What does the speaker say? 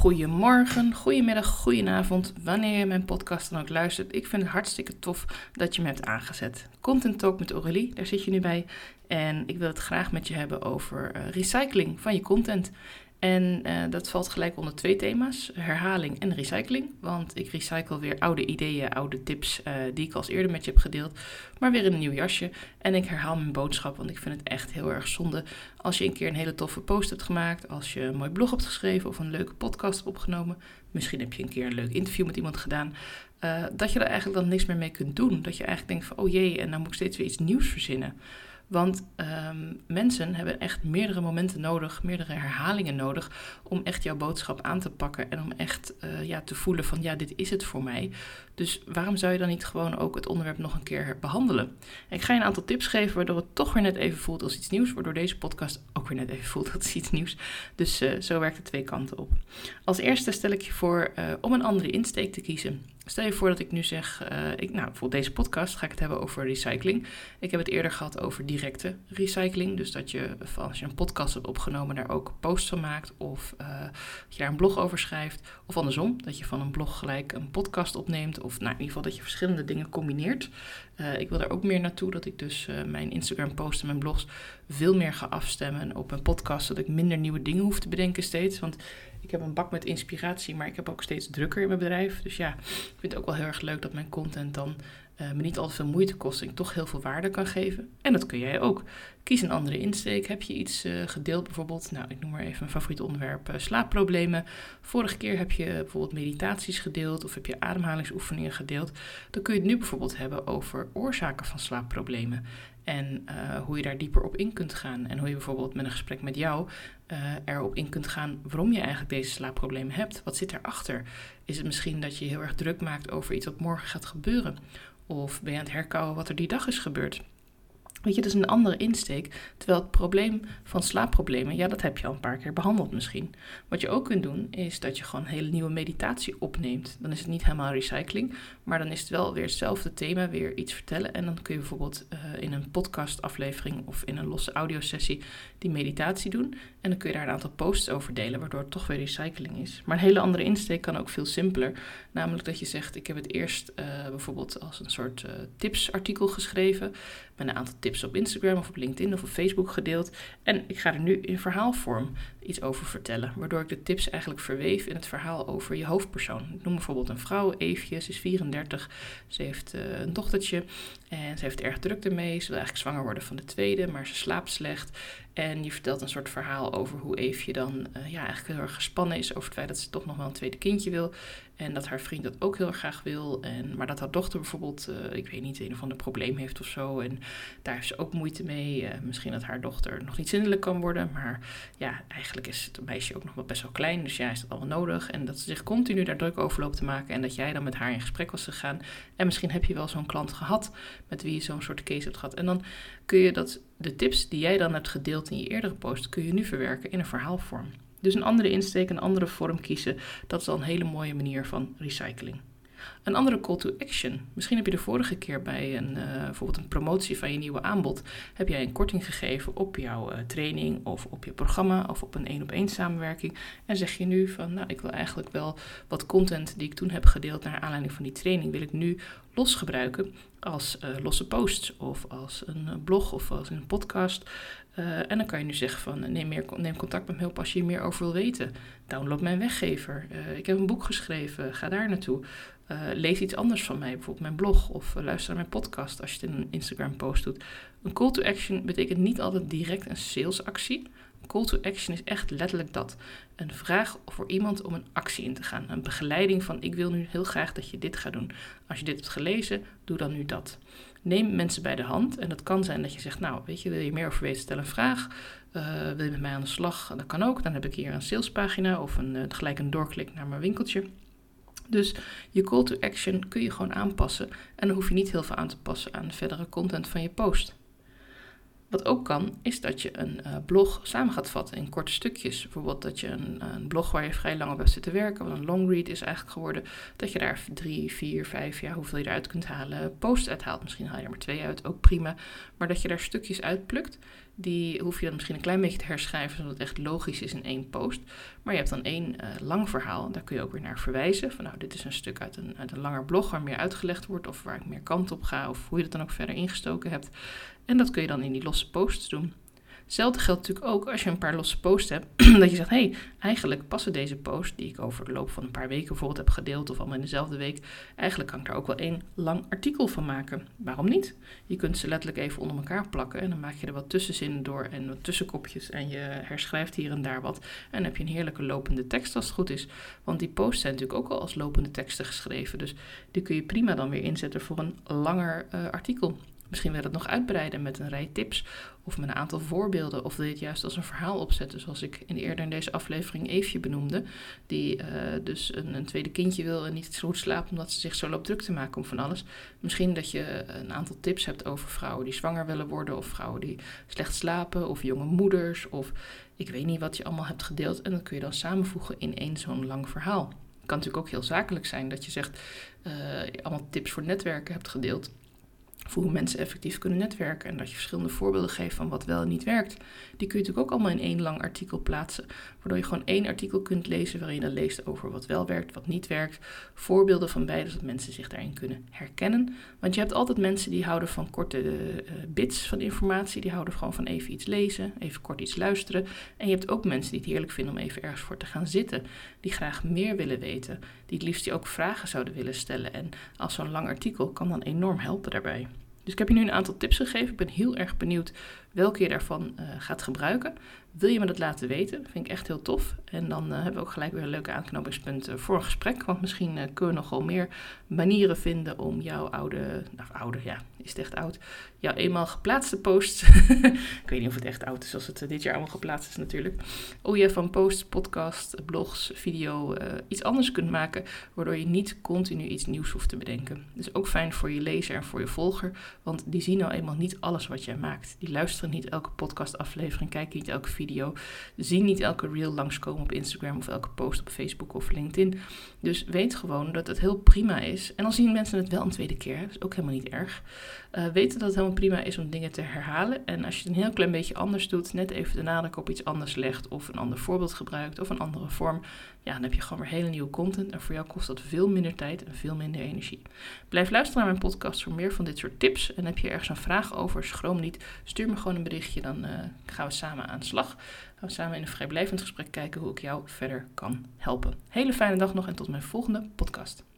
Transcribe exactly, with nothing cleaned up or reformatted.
Goedemorgen, goedemiddag, goedenavond, wanneer je mijn podcast dan ook luistert. Ik vind het hartstikke tof dat je me hebt aangezet. Content Talk met Aurélie, daar zit je nu bij. En ik wil het graag met je hebben over uh, recycling van je content. En uh, dat valt gelijk onder twee thema's, herhaling en recycling. Want ik recycle weer oude ideeën, oude tips uh, die ik al eerder met je heb gedeeld, maar weer in een nieuw jasje. En ik herhaal mijn boodschap, want ik vind het echt heel erg zonde als je een keer een hele toffe post hebt gemaakt, als je een mooi blog hebt geschreven of een leuke podcast hebt opgenomen. Misschien heb je een keer een leuk interview met iemand gedaan. Uh, dat je er eigenlijk dan niks meer mee kunt doen. Dat je eigenlijk denkt van, oh jee, en dan moet ik steeds weer iets nieuws verzinnen. Want um, mensen hebben echt meerdere momenten nodig, meerdere herhalingen nodig om echt jouw boodschap aan te pakken en om echt uh, ja, te voelen van ja, dit is het voor mij. Dus waarom zou je dan niet gewoon ook het onderwerp nog een keer behandelen? En ik ga je een aantal tips geven waardoor het toch weer net even voelt als iets nieuws, waardoor deze podcast ook weer net even voelt als iets nieuws. Dus uh, zo werkt het twee kanten op. Als eerste stel ik je voor uh, om een andere insteek te kiezen. Stel je voor dat ik nu zeg, uh, ik, nou bijvoorbeeld deze podcast ga ik het hebben over recycling. Ik heb het eerder gehad over directe recycling. Dus dat je, als je een podcast hebt opgenomen, daar ook posts van maakt. Of uh, dat je daar een blog over schrijft. Of andersom, dat je van een blog gelijk een podcast opneemt. Of nou, in ieder geval dat je verschillende dingen combineert. Uh, ik wil daar ook meer naartoe, dat ik dus uh, mijn Instagram posts en mijn blogs veel meer ga afstemmen op mijn podcast. Zodat ik minder nieuwe dingen hoef te bedenken steeds. Want ik heb een bak met inspiratie, maar ik heb ook steeds drukker in mijn bedrijf. Dus ja, ik vind het ook wel heel erg leuk dat mijn content dan uh, me niet al te veel moeite kost en ik toch heel veel waarde kan geven. En dat kun jij ook. Kies een andere insteek. Heb je iets uh, gedeeld bijvoorbeeld? Nou, ik noem maar even mijn favoriete onderwerp, uh, slaapproblemen. Vorige keer heb je bijvoorbeeld meditaties gedeeld of heb je ademhalingsoefeningen gedeeld. Dan kun je het nu bijvoorbeeld hebben over oorzaken van slaapproblemen. En uh, hoe je daar dieper op in kunt gaan. En hoe je bijvoorbeeld met een gesprek met jou uh, erop in kunt gaan waarom je eigenlijk deze slaapproblemen hebt. Wat zit erachter? Is het misschien dat je je heel erg druk maakt over iets wat morgen gaat gebeuren? Of ben je aan het herkauwen wat er die dag is gebeurd? Weet je, dat is een andere insteek. Terwijl het probleem van slaapproblemen, ja, dat heb je al een paar keer behandeld misschien. Wat je ook kunt doen, is dat je gewoon een hele nieuwe meditatie opneemt. Dan is het niet helemaal recycling, maar dan is het wel weer hetzelfde thema, weer iets vertellen. En dan kun je bijvoorbeeld uh, in een podcastaflevering of in een losse audiosessie die meditatie doen. En dan kun je daar een aantal posts over delen, waardoor het toch weer recycling is. Maar een hele andere insteek kan ook veel simpeler. Namelijk dat je zegt, ik heb het eerst uh, bijvoorbeeld als een soort uh, tipsartikel geschreven, met een aantal tips op Instagram of op LinkedIn of op Facebook gedeeld. En ik ga er nu in verhaalvorm iets over vertellen, waardoor ik de tips eigenlijk verweef in het verhaal over je hoofdpersoon. Ik noem bijvoorbeeld een vrouw, Eefje, ze is vierendertig, ze heeft uh, een dochtertje en ze heeft erg druk ermee. Ze wil eigenlijk zwanger worden van de tweede, maar ze slaapt slecht. En je vertelt een soort verhaal over hoe Eefje dan uh, ja, eigenlijk heel erg gespannen is over het feit dat ze toch nog wel een tweede kindje wil. En dat haar vriend dat ook heel erg graag wil. En, maar dat haar dochter bijvoorbeeld, uh, ik weet niet, een of ander probleem heeft of zo. En daar heeft ze ook moeite mee. Uh, misschien dat haar dochter nog niet zindelijk kan worden. Maar ja, eigenlijk is het meisje ook nog wel best wel klein. Dus ja, is dat allemaal nodig. En dat ze zich continu daar druk over loopt te maken. En dat jij dan met haar in gesprek was gegaan. En misschien heb je wel zo'n klant gehad met wie je zo'n soort case hebt gehad. En dan kun je dat, de tips die jij dan hebt gedeeld in je eerdere post, kun je nu verwerken in een verhaalvorm. Dus een andere insteek, een andere vorm kiezen, dat is al een hele mooie manier van recycling. Een andere call to action. Misschien heb je de vorige keer bij een, uh, bijvoorbeeld een promotie van je nieuwe aanbod, heb jij een korting gegeven op jouw uh, training of op je programma of op een één-op-één samenwerking. En zeg je nu van, nou, ik wil eigenlijk wel wat content die ik toen heb gedeeld naar aanleiding van die training, wil ik nu los gebruiken als uh, losse posts of als een blog of als een podcast. Uh, en dan kan je nu zeggen van neem, meer, neem contact met me op als je hier meer over wil weten. Download mijn weggever. Uh, ik heb een boek geschreven, ga daar naartoe. Uh, lees iets anders van mij, bijvoorbeeld mijn blog of uh, luister naar mijn podcast als je het in een Instagram post doet. Een call to action betekent niet altijd direct een salesactie. Een call to action is echt letterlijk dat. Een vraag voor iemand om een actie in te gaan. Een begeleiding van ik wil nu heel graag dat je dit gaat doen. Als je dit hebt gelezen, doe dan nu dat. Neem mensen bij de hand en dat kan zijn dat je zegt, nou weet je, wil je meer over weten, stel een vraag. Uh, wil je met mij aan de slag? Dat kan ook. Dan heb ik hier een salespagina of een, uh, gelijk een doorklik naar mijn winkeltje. Dus je call to action kun je gewoon aanpassen en dan hoef je niet heel veel aan te passen aan de verdere content van je post. Wat ook kan, is dat je een uh, blog samen gaat vatten in korte stukjes. Bijvoorbeeld dat je een, een blog waar je vrij lang op hebt zitten werken, wat een long read is eigenlijk geworden, dat je daar drie, vier, vijf, ja, hoeveel je eruit kunt halen, posts uithaalt. Misschien haal je er maar twee uit, ook prima. Maar dat je daar stukjes uitplukt Die hoef je dan misschien een klein beetje te herschrijven, zodat het echt logisch is in één post. Maar je hebt dan één uh, lang verhaal. Daar kun je ook weer naar verwijzen. Van nou, dit is een stuk uit een, uit een langer blog waar meer uitgelegd wordt. Of waar ik meer kant op ga. Of hoe je dat dan ook verder ingestoken hebt. En dat kun je dan in die losse posts doen. Hetzelfde geldt natuurlijk ook als je een paar losse posts hebt. Dat je zegt, hé, hey, eigenlijk passen deze posts die ik over de loop van een paar weken bijvoorbeeld heb gedeeld. Of allemaal in dezelfde week. Eigenlijk kan ik daar ook wel één lang artikel van maken. Waarom niet? Je kunt ze letterlijk even onder elkaar plakken. En dan maak je er wat tussenzinnen door en wat tussenkopjes. En je herschrijft hier en daar wat. En dan heb je een heerlijke lopende tekst als het goed is. Want die posts zijn natuurlijk ook al als lopende teksten geschreven. Dus die kun je prima dan weer inzetten voor een langer uh, artikel. Misschien wil je dat nog uitbreiden met een rij tips of met een aantal voorbeelden. Of wil je het juist als een verhaal opzetten, zoals ik in eerder in deze aflevering Eefje benoemde. Die uh, dus een, een tweede kindje wil en niet zo goed slaapt omdat ze zich zo loopt druk te maken om van alles. Misschien dat je een aantal tips hebt over vrouwen die zwanger willen worden. Of vrouwen die slecht slapen. Of jonge moeders. Of ik weet niet wat je allemaal hebt gedeeld. En dat kun je dan samenvoegen in één zo'n lang verhaal. Het kan natuurlijk ook heel zakelijk zijn dat je zegt uh, allemaal tips voor netwerken hebt gedeeld. Voor hoe mensen effectief kunnen netwerken. En dat je verschillende voorbeelden geeft van wat wel en niet werkt. Die kun je natuurlijk ook allemaal in één lang artikel plaatsen. Waardoor je gewoon één artikel kunt lezen waarin je dan leest over wat wel werkt, wat niet werkt. Voorbeelden van beide, zodat mensen zich daarin kunnen herkennen. Want je hebt altijd mensen die houden van korte uh, bits van informatie. Die houden gewoon van even iets lezen, even kort iets luisteren. En je hebt ook mensen die het heerlijk vinden om even ergens voor te gaan zitten. Die graag meer willen weten. Die het liefst die ook vragen zouden willen stellen. En als zo'n lang artikel kan dan enorm helpen daarbij. Dus ik heb je nu een aantal tips gegeven. Ik ben heel erg benieuwd welke je daarvan uh, gaat gebruiken. Wil je me dat laten weten? Vind ik echt heel tof. En dan uh, hebben we ook gelijk weer een leuke aanknopingspunt uh, voor een gesprek. Want misschien uh, kunnen we nogal meer manieren vinden om jouw oude, nou oude, ja, is het echt oud? Jouw eenmaal geplaatste posts. Ik weet niet of het echt oud is als het uh, dit jaar allemaal geplaatst is natuurlijk. Hoe je van posts, podcasts, blogs, video uh, iets anders kunt maken. Waardoor je niet continu iets nieuws hoeft te bedenken. Dus ook fijn voor je lezer en voor je volger. Want die zien nou eenmaal niet alles wat jij maakt. Die luisteren niet elke podcastaflevering, kijken niet elke video, zien niet elke reel langskomen op Instagram of elke post op Facebook of LinkedIn. Dus weet gewoon dat het heel prima is. En dan zien mensen het wel een tweede keer, dat is ook helemaal niet erg. Uh, weten dat het helemaal prima is om dingen te herhalen. En als je het een heel klein beetje anders doet, net even de nadruk op iets anders legt of een ander voorbeeld gebruikt of een andere vorm, ja, dan heb je gewoon weer hele nieuwe content. En voor jou kost dat veel minder tijd en veel minder energie. Blijf luisteren naar mijn podcast voor meer van dit soort tips. En heb je ergens een vraag over, schroom niet. Stuur me gewoon een berichtje, dan uh, gaan we samen aan de slag. Gaan we samen in een vrijblijvend gesprek kijken hoe ik jou verder kan helpen. Hele fijne dag nog en tot mijn volgende podcast.